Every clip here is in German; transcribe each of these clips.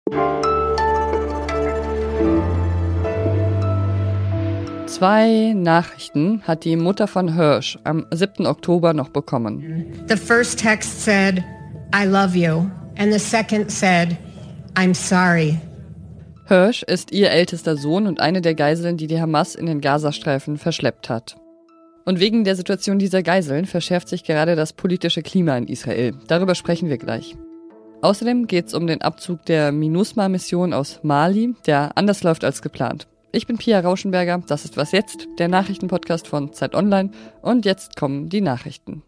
Zwei Nachrichten hat die Mutter von Hirsch am 7. Oktober noch bekommen. The first text said, I love you. And the second said, I'm sorry. Hirsch ist ihr ältester Sohn und eine der Geiseln, die die Hamas in den Gazastreifen verschleppt hat. Und wegen der Situation dieser Geiseln verschärft sich gerade das politische Klima in Israel. Darüber sprechen wir gleich. Außerdem geht es um den Abzug der MINUSMA-Mission aus Mali, der anders läuft als geplant. Ich bin Pia Rauschenberger, das ist Was Jetzt, der Nachrichtenpodcast von Zeit Online. Und jetzt kommen die Nachrichten.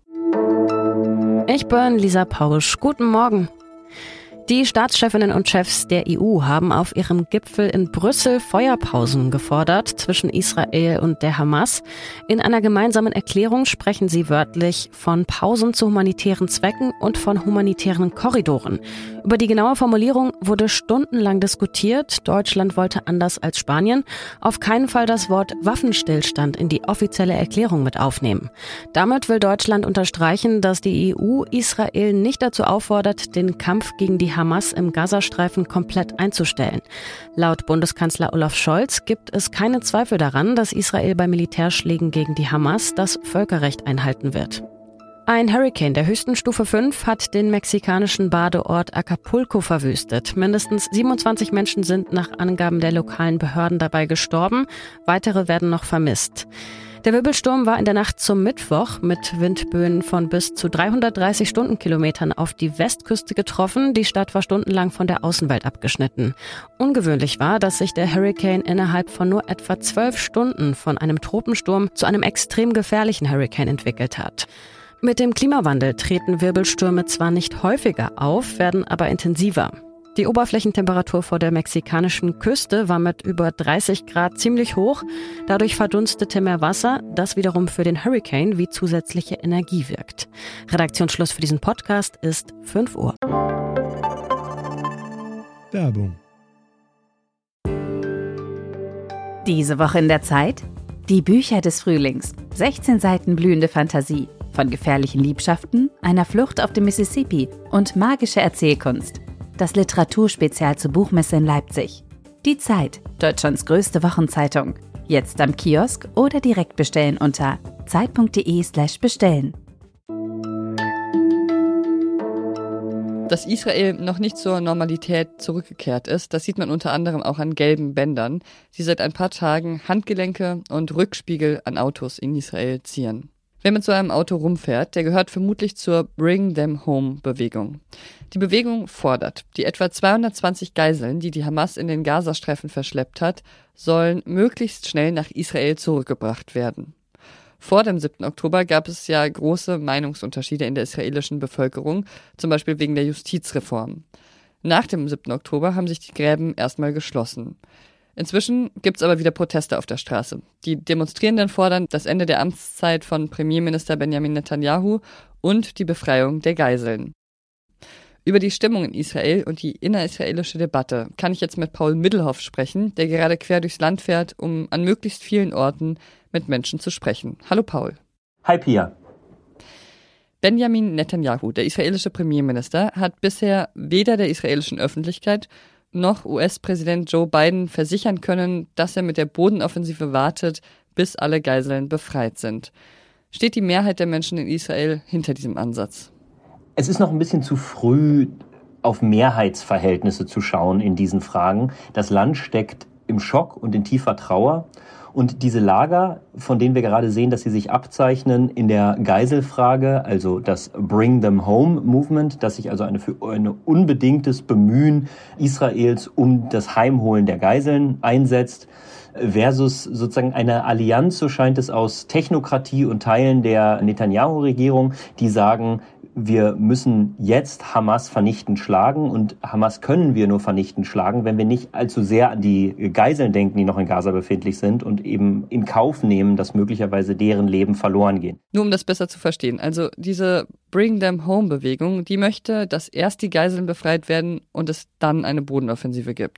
Ich bin Lisa Pausch. Guten Morgen. Die Staatschefinnen und Chefs der EU haben auf ihrem Gipfel in Brüssel Feuerpausen gefordert zwischen Israel und der Hamas. In einer gemeinsamen Erklärung sprechen sie wörtlich von Pausen zu humanitären Zwecken und von humanitären Korridoren. Über die genaue Formulierung wurde stundenlang diskutiert. Deutschland wollte anders als Spanien auf keinen Fall das Wort Waffenstillstand in die offizielle Erklärung mit aufnehmen. Damit will Deutschland unterstreichen, dass die EU Israel nicht dazu auffordert, den Kampf gegen die Hamas im Gazastreifen komplett einzustellen. Laut Bundeskanzler Olaf Scholz gibt es keine Zweifel daran, dass Israel bei Militärschlägen gegen die Hamas das Völkerrecht einhalten wird. Ein Hurrikan der höchsten Stufe 5 hat den mexikanischen Badeort Acapulco verwüstet. Mindestens 27 Menschen sind nach Angaben der lokalen Behörden dabei gestorben. Weitere werden noch vermisst. Der Wirbelsturm war in der Nacht zum Mittwoch mit Windböen von bis zu 330 Stundenkilometern auf die Westküste getroffen. Die Stadt war stundenlang von der Außenwelt abgeschnitten. Ungewöhnlich war, dass sich der Hurrikan innerhalb von nur etwa 12 Stunden von einem Tropensturm zu einem extrem gefährlichen Hurrikan entwickelt hat. Mit dem Klimawandel treten Wirbelstürme zwar nicht häufiger auf, werden aber intensiver. Die Oberflächentemperatur vor der mexikanischen Küste war mit über 30 Grad ziemlich hoch. Dadurch verdunstete mehr Wasser, das wiederum für den Hurrikan wie zusätzliche Energie wirkt. Redaktionsschluss für diesen Podcast ist 5 Uhr. Werbung. Diese Woche in der Zeit? Die Bücher des Frühlings. 16 Seiten blühende Fantasie. Von gefährlichen Liebschaften, einer Flucht auf dem Mississippi und magische Erzählkunst. Das Literaturspezial zur Buchmesse in Leipzig. Die Zeit, Deutschlands größte Wochenzeitung. Jetzt am Kiosk oder direkt bestellen unter zeit.de/bestellen. Dass Israel noch nicht zur Normalität zurückgekehrt ist, das sieht man unter anderem auch an gelben Bändern, die seit ein paar Tagen Handgelenke und Rückspiegel an Autos in Israel zieren. Wer mit so einem Auto rumfährt, der gehört vermutlich zur Bring Them Home-Bewegung. Die Bewegung fordert, die etwa 220 Geiseln, die die Hamas in den Gazastreifen verschleppt hat, sollen möglichst schnell nach Israel zurückgebracht werden. Vor dem 7. Oktober gab es ja große Meinungsunterschiede in der israelischen Bevölkerung, zum Beispiel wegen der Justizreform. Nach dem 7. Oktober haben sich die Gräben erstmal geschlossen. Inzwischen gibt es aber wieder Proteste auf der Straße. Die Demonstrierenden fordern das Ende der Amtszeit von Premierminister Benjamin Netanyahu und die Befreiung der Geiseln. Über die Stimmung in Israel und die innerisraelische Debatte kann ich jetzt mit Paul Middelhoff sprechen, der gerade quer durchs Land fährt, um an möglichst vielen Orten mit Menschen zu sprechen. Hallo Paul. Hi Pia. Benjamin Netanyahu, der israelische Premierminister, hat bisher weder der israelischen Öffentlichkeit noch US-Präsident Joe Biden versichern können, dass er mit der Bodenoffensive wartet, bis alle Geiseln befreit sind. Steht die Mehrheit der Menschen in Israel hinter diesem Ansatz? Es ist noch ein bisschen zu früh, auf Mehrheitsverhältnisse zu schauen in diesen Fragen. Das Land steckt im Schock und in tiefer Trauer. Und diese Lager, von denen wir gerade sehen, dass sie sich abzeichnen in der Geiselfrage, also das Bring Them Home Movement, das sich also für ein unbedingtes Bemühen Israels um das Heimholen der Geiseln einsetzt, versus sozusagen eine Allianz, so scheint es, aus Technokratie und Teilen der Netanyahu-Regierung, die sagen, wir müssen jetzt Hamas vernichtend schlagen und Hamas können wir nur vernichtend schlagen, wenn wir nicht allzu sehr an die Geiseln denken, die noch in Gaza befindlich sind und eben in Kauf nehmen, dass möglicherweise deren Leben verloren gehen. Nur um das besser zu verstehen, also diese Bring Them Home Bewegung, die möchte, dass erst die Geiseln befreit werden und es dann eine Bodenoffensive gibt.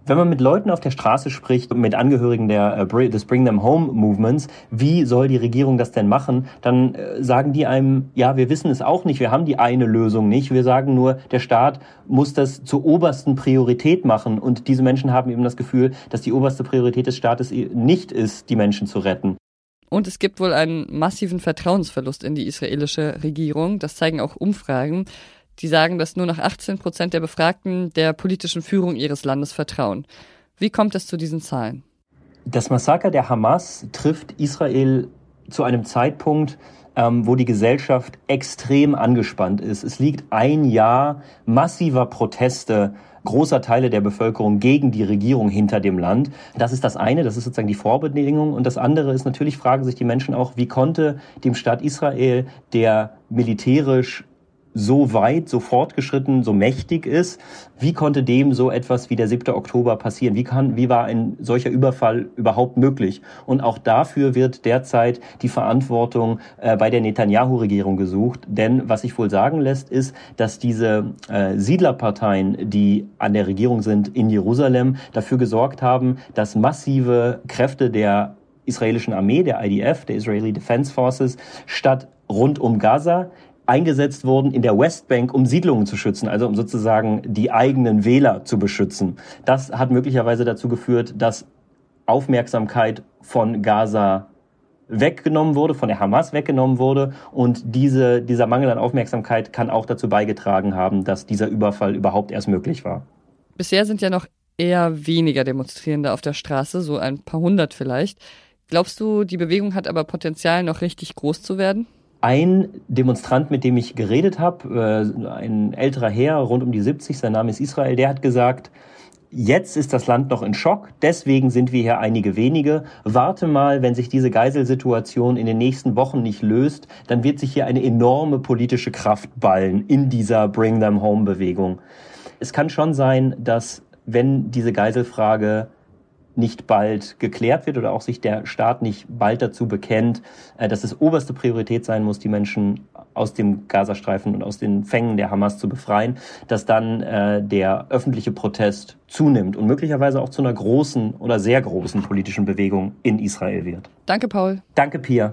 Wenn man mit Leuten auf der Straße spricht, mit Angehörigen des Bring Them Home Movements, wie soll die Regierung das denn machen, dann sagen die einem, ja, wir wissen es auch nicht, wir haben die eine Lösung nicht. Wir sagen nur, der Staat muss das zur obersten Priorität machen. Und diese Menschen haben eben das Gefühl, dass die oberste Priorität des Staates nicht ist, die Menschen zu retten. Und es gibt wohl einen massiven Vertrauensverlust in die israelische Regierung. Das zeigen auch Umfragen. Die sagen, dass nur noch 18% der Befragten der politischen Führung ihres Landes vertrauen. Wie kommt es zu diesen Zahlen? Das Massaker der Hamas trifft Israel zu einem Zeitpunkt, wo die Gesellschaft extrem angespannt ist. Es liegt ein Jahr massiver Proteste großer Teile der Bevölkerung gegen die Regierung hinter dem Land. Das ist das eine, das ist sozusagen die Vorbedingung. Und das andere ist, natürlich fragen sich die Menschen auch, wie konnte dem Staat Israel, der militärisch so weit, so fortgeschritten, so mächtig ist, wie konnte dem so etwas wie der 7. Oktober passieren? Wie war ein solcher Überfall überhaupt möglich? Und auch dafür wird derzeit die Verantwortung bei der Netanyahu-Regierung gesucht. Denn was sich wohl sagen lässt, ist, dass diese Siedlerparteien, die an der Regierung sind in Jerusalem, dafür gesorgt haben, dass massive Kräfte der israelischen Armee, der IDF, der Israeli Defense Forces, statt rund um Gaza eingesetzt wurden in der Westbank, um Siedlungen zu schützen, also um sozusagen die eigenen Wähler zu beschützen. Das hat möglicherweise dazu geführt, dass Aufmerksamkeit von Gaza weggenommen wurde, von der Hamas weggenommen wurde. Und dieser Mangel an Aufmerksamkeit kann auch dazu beigetragen haben, dass dieser Überfall überhaupt erst möglich war. Bisher sind ja noch eher weniger Demonstrierende auf der Straße, so ein paar hundert vielleicht. Glaubst du, die Bewegung hat aber Potenzial, noch richtig groß zu werden? Ein Demonstrant, mit dem ich geredet habe, ein älterer Herr, rund um die 70, sein Name ist Israel, der hat gesagt, jetzt ist das Land noch in Schock, deswegen sind wir hier einige wenige. Warte mal, wenn sich diese Geiselsituation in den nächsten Wochen nicht löst, dann wird sich hier eine enorme politische Kraft ballen in dieser Bring Them Home Bewegung. Es kann schon sein, dass wenn diese Geiselfrage nicht bald geklärt wird oder auch sich der Staat nicht bald dazu bekennt, dass es oberste Priorität sein muss, die Menschen aus dem Gazastreifen und aus den Fängen der Hamas zu befreien, dass dann der öffentliche Protest zunimmt und möglicherweise auch zu einer großen oder sehr großen politischen Bewegung in Israel wird. Danke, Paul. Danke, Pia.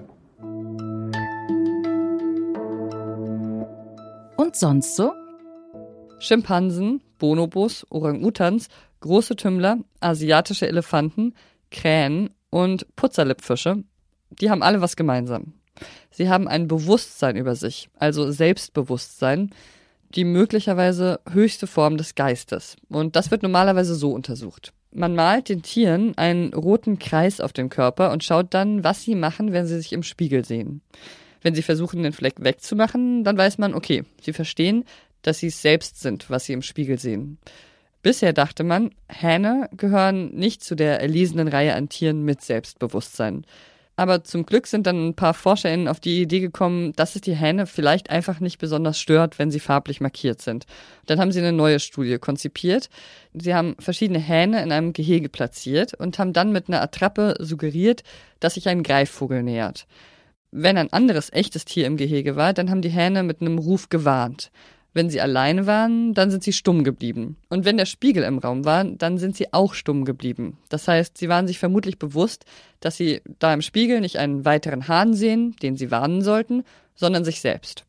Und sonst so? Schimpansen, Bonobos, Orang-Utans, große Tümmler, asiatische Elefanten, Krähen und Putzerlippfische, die haben alle was gemeinsam. Sie haben ein Bewusstsein über sich, also Selbstbewusstsein, die möglicherweise höchste Form des Geistes. Und das wird normalerweise so untersucht. Man malt den Tieren einen roten Kreis auf den Körper und schaut dann, was sie machen, wenn sie sich im Spiegel sehen. Wenn sie versuchen, den Fleck wegzumachen, dann weiß man, okay, sie verstehen, dass sie es selbst sind, was sie im Spiegel sehen. Bisher dachte man, Hähne gehören nicht zu der erlesenen Reihe an Tieren mit Selbstbewusstsein. Aber zum Glück sind dann ein paar ForscherInnen auf die Idee gekommen, dass es die Hähne vielleicht einfach nicht besonders stört, wenn sie farblich markiert sind. Dann haben sie eine neue Studie konzipiert. Sie haben verschiedene Hähne in einem Gehege platziert und haben dann mit einer Attrappe suggeriert, dass sich ein Greifvogel nähert. Wenn ein anderes echtes Tier im Gehege war, dann haben die Hähne mit einem Ruf gewarnt. Wenn sie alleine waren, dann sind sie stumm geblieben. Und wenn der Spiegel im Raum war, dann sind sie auch stumm geblieben. Das heißt, sie waren sich vermutlich bewusst, dass sie da im Spiegel nicht einen weiteren Hahn sehen, den sie warnen sollten, sondern sich selbst.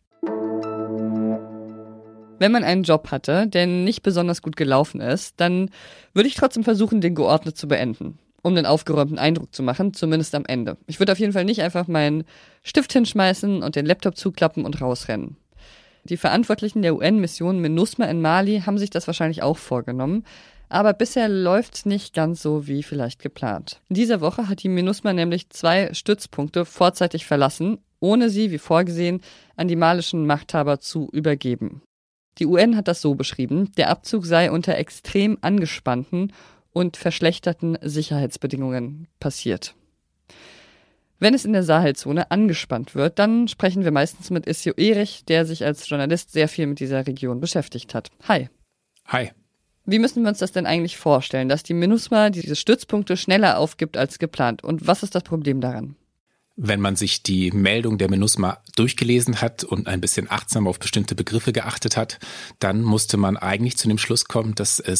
Wenn man einen Job hatte, der nicht besonders gut gelaufen ist, dann würde ich trotzdem versuchen, den geordnet zu beenden, um einen aufgeräumten Eindruck zu machen, zumindest am Ende. Ich würde auf jeden Fall nicht einfach meinen Stift hinschmeißen und den Laptop zuklappen und rausrennen. Die Verantwortlichen der UN-Mission MINUSMA in Mali haben sich das wahrscheinlich auch vorgenommen, aber bisher läuft's nicht ganz so wie vielleicht geplant. In dieser Woche hat die MINUSMA nämlich 2 Stützpunkte vorzeitig verlassen, ohne sie, wie vorgesehen, an die malischen Machthaber zu übergeben. Die UN hat das so beschrieben, der Abzug sei unter extrem angespannten und verschlechterten Sicherheitsbedingungen passiert. Wenn es in der Sahelzone angespannt wird, dann sprechen wir meistens mit Issio Erich, der sich als Journalist sehr viel mit dieser Region beschäftigt hat. Hi. Hi. Wie müssen wir uns das denn eigentlich vorstellen, dass die MINUSMA diese Stützpunkte schneller aufgibt als geplant? Und was ist das Problem daran? Wenn man sich die Meldung der MINUSMA durchgelesen hat und ein bisschen achtsam auf bestimmte Begriffe geachtet hat, dann musste man eigentlich zu dem Schluss kommen, dass es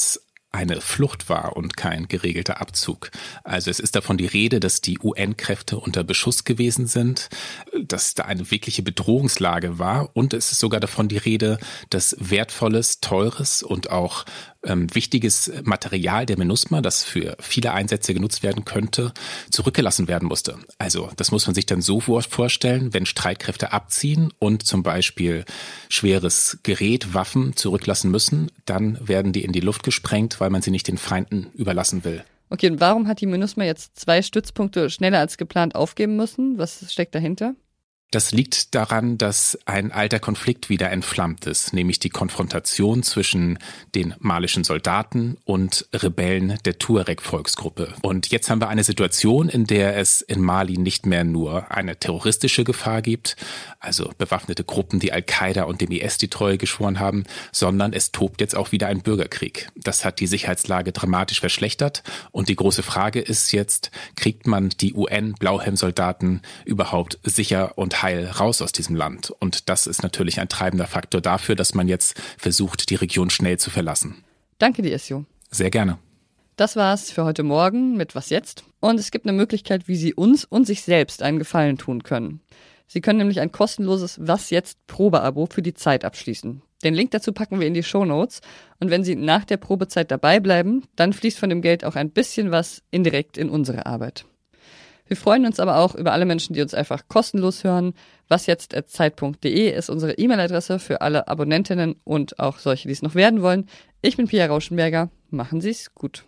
eine Flucht war und kein geregelter Abzug. Also es ist davon die Rede, dass die UN-Kräfte unter Beschuss gewesen sind, dass da eine wirkliche Bedrohungslage war und es ist sogar davon die Rede, dass wertvolles, teures und auch wichtiges Material der MINUSMA, das für viele Einsätze genutzt werden könnte, zurückgelassen werden musste. Also das muss man sich dann so vorstellen, wenn Streitkräfte abziehen und zum Beispiel schweres Gerät, Waffen zurücklassen müssen, dann werden die in die Luft gesprengt, weil man sie nicht den Feinden überlassen will. Okay, und warum hat die MINUSMA jetzt 2 Stützpunkte schneller als geplant aufgeben müssen? Was steckt dahinter? Das liegt daran, dass ein alter Konflikt wieder entflammt ist, nämlich die Konfrontation zwischen den malischen Soldaten und Rebellen der Tuareg-Volksgruppe. Und jetzt haben wir eine Situation, in der es in Mali nicht mehr nur eine terroristische Gefahr gibt, also bewaffnete Gruppen, die Al-Qaida und dem IS die Treue geschworen haben, sondern es tobt jetzt auch wieder ein Bürgerkrieg. Das hat die Sicherheitslage dramatisch verschlechtert und die große Frage ist jetzt, kriegt man die UN-Blauhelm-Soldaten überhaupt sicher und heil raus aus diesem Land. Und das ist natürlich ein treibender Faktor dafür, dass man jetzt versucht, die Region schnell zu verlassen. Danke dir, Issio. Sehr gerne. Das war's für heute Morgen mit Was jetzt? Und es gibt eine Möglichkeit, wie Sie uns und sich selbst einen Gefallen tun können. Sie können nämlich ein kostenloses Was jetzt Probeabo für die Zeit abschließen. Den Link dazu packen wir in die Shownotes. Und wenn Sie nach der Probezeit dabei bleiben, dann fließt von dem Geld auch ein bisschen was indirekt in unsere Arbeit. Wir freuen uns aber auch über alle Menschen, die uns einfach kostenlos hören. wasjetzt@zeit.de ist unsere E-Mail-Adresse für alle Abonnentinnen und auch solche, die es noch werden wollen. Ich bin Pia Rauschenberger. Machen Sie es gut.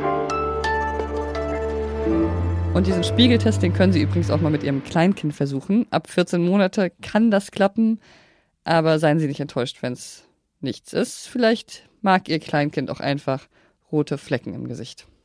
Und diesen Spiegeltest, den können Sie übrigens auch mal mit Ihrem Kleinkind versuchen. Ab 14 Monate kann das klappen, aber seien Sie nicht enttäuscht, wenn es nichts ist. Vielleicht mag Ihr Kleinkind auch einfach rote Flecken im Gesicht.